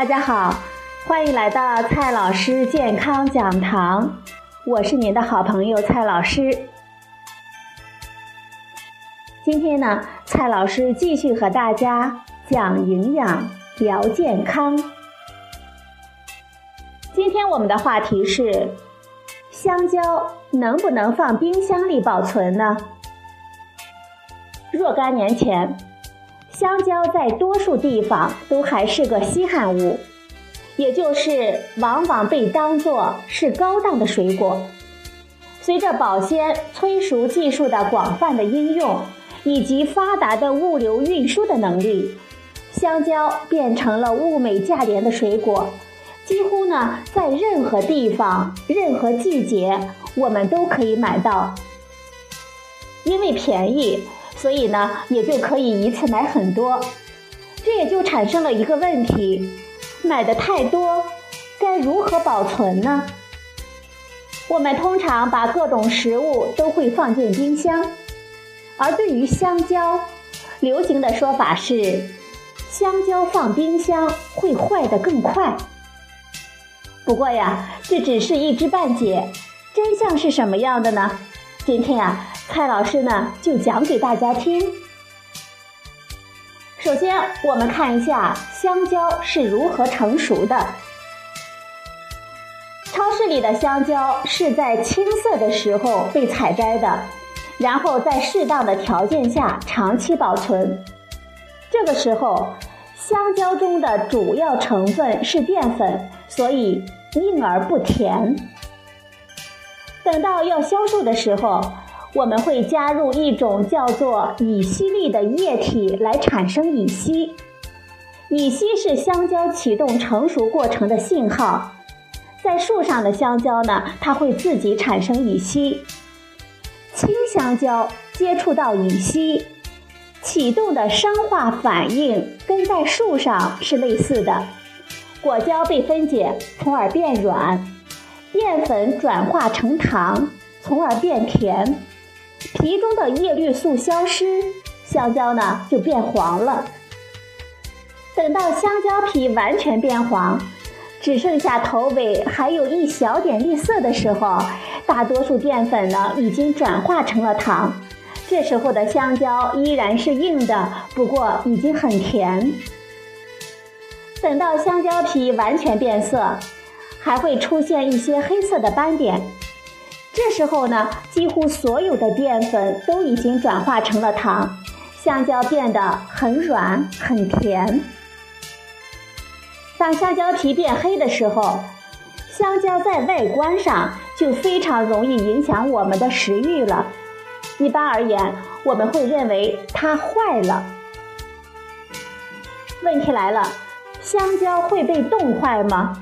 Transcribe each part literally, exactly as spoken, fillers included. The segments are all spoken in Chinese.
家好，欢迎来到蔡老师健康讲堂，我是您的好朋友蔡老师。今天呢，蔡老师继续和大家讲营养聊健康。今天我们的话题是香蕉能不能放冰箱里保存呢？若干年前，香蕉在多数地方都还是个稀罕物，也就是往往被当作是高档的水果。随着保鲜催熟技术的广泛的应用，以及发达的物流运输的能力，香蕉变成了物美价廉的水果，几乎呢在任何地方、任何季节我们都可以买到。因为便宜，所以呢也就可以一次买很多，这也就产生了一个问题，买的太多该如何保存呢？我们通常把各种食物都会放进冰箱，而对于香蕉，流行的说法是香蕉放冰箱会坏得更快。不过呀，这只是一知半解，真相是什么样的呢？今天啊，蔡老师呢就讲给大家听。首先，我们看一下香蕉是如何成熟的。超市里的香蕉是在青涩的时候被采摘的，然后在适当的条件下长期保存。这个时候，香蕉中的主要成分是淀粉，所以硬而不甜。等到要销售的时候，我们会加入一种叫做乙烯粒的液体来产生乙烯。乙烯是香蕉启动成熟过程的信号。在树上的香蕉呢，它会自己产生乙烯。青香蕉接触到乙烯，启动的生化反应跟在树上是类似的。果胶被分解，从而变软；淀粉转化成糖，从而变甜。皮中的叶绿素消失，香蕉呢就变黄了。等到香蕉皮完全变黄，只剩下头尾还有一小点绿色的时候，大多数淀粉呢已经转化成了糖。这时候的香蕉依然是硬的，不过已经很甜。等到香蕉皮完全变色，还会出现一些黑色的斑点。这时候呢，几乎所有的淀粉都已经转化成了糖，香蕉变得很软很甜。当香蕉皮变黑的时候，香蕉在外观上就非常容易影响我们的食欲了。一般而言，我们会认为它坏了。问题来了，香蕉会被冻坏吗？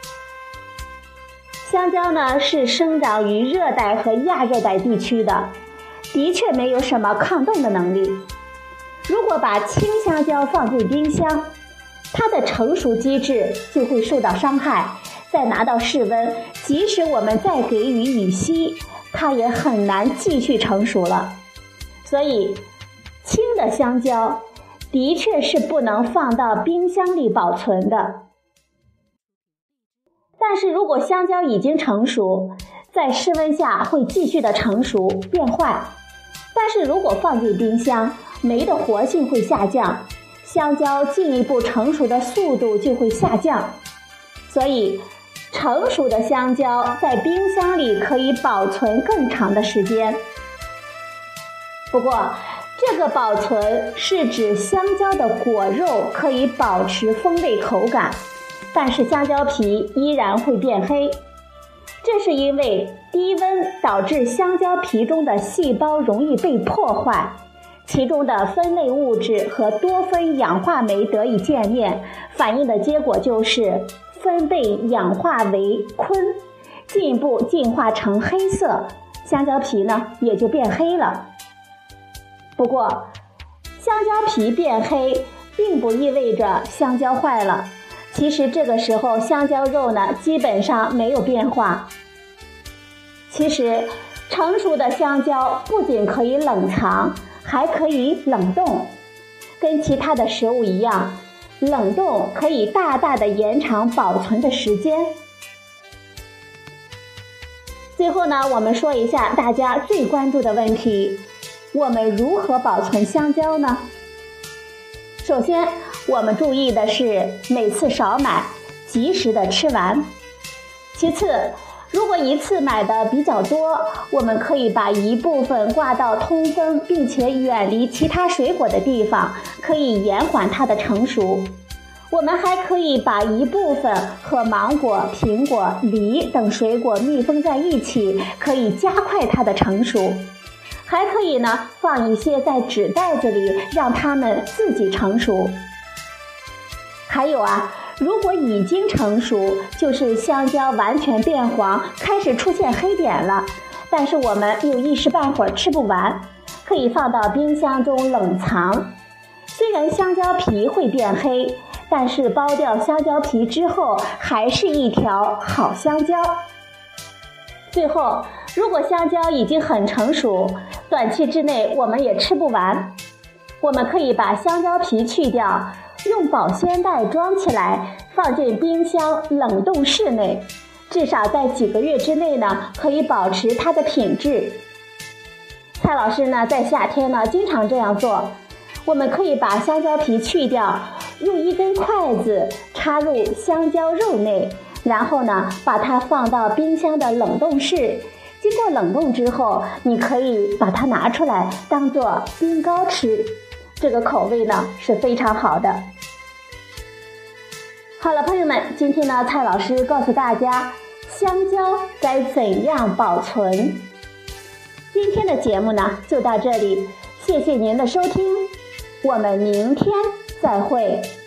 香蕉呢是生长于热带和亚热带地区的，的确没有什么抗冻的能力。如果把青香蕉放进冰箱，它的成熟机制就会受到伤害，再拿到室温，即使我们再给予乙烯，它也很难继续成熟了。所以青的香蕉的确是不能放到冰箱里保存的。但是如果香蕉已经成熟，在室温下会继续的成熟变坏，但是如果放进冰箱，酶的活性会下降，香蕉进一步成熟的速度就会下降。所以成熟的香蕉在冰箱里可以保存更长的时间。不过这个保存是指香蕉的果肉可以保持风味口感，但是香蕉皮依然会变黑。这是因为低温导致香蕉皮中的细胞容易被破坏，其中的酚类物质和多酚氧化酶得以见面，反应的结果就是酚被氧化为醌，进一步进化成黑色，香蕉皮呢也就变黑了。不过香蕉皮变黑并不意味着香蕉坏了，其实这个时候香蕉肉呢基本上没有变化。其实成熟的香蕉不仅可以冷藏，还可以冷冻。跟其他的食物一样， 冷冻可以大大的延长保存的时间。最后呢，我们说一下大家最关注的问题，我们如何保存香蕉呢？首先，我们注意的是每次少买，及时的吃完。其次，如果一次买的比较多，我们可以把一部分挂到通风并且远离其他水果的地方，可以延缓它的成熟。我们还可以把一部分和芒果、苹果、梨等水果密封在一起，可以加快它的成熟。还可以呢，放一些在纸袋子里，让它们自己成熟。还有啊，如果已经成熟，就是香蕉完全变黄，开始出现黑点了，但是我们又一时半会儿吃不完，可以放到冰箱中冷藏。虽然香蕉皮会变黑，但是剥掉香蕉皮之后，还是一条好香蕉。最后，如果香蕉已经很成熟，短期之内我们也吃不完，我们可以把香蕉皮去掉，用保鲜袋装起来，放进冰箱冷冻室内，至少在几个月之内呢，可以保持它的品质。蔡老师呢，在夏天呢，经常这样做。我们可以把香蕉皮去掉，用一根筷子插入香蕉肉内，然后呢，把它放到冰箱的冷冻室。经过冷冻之后，你可以把它拿出来当做冰糕吃，这个口味呢是非常好的。好了，朋友们，今天呢，蔡老师告诉大家香蕉该怎样保存。今天的节目呢就到这里，谢谢您的收听，我们明天再会。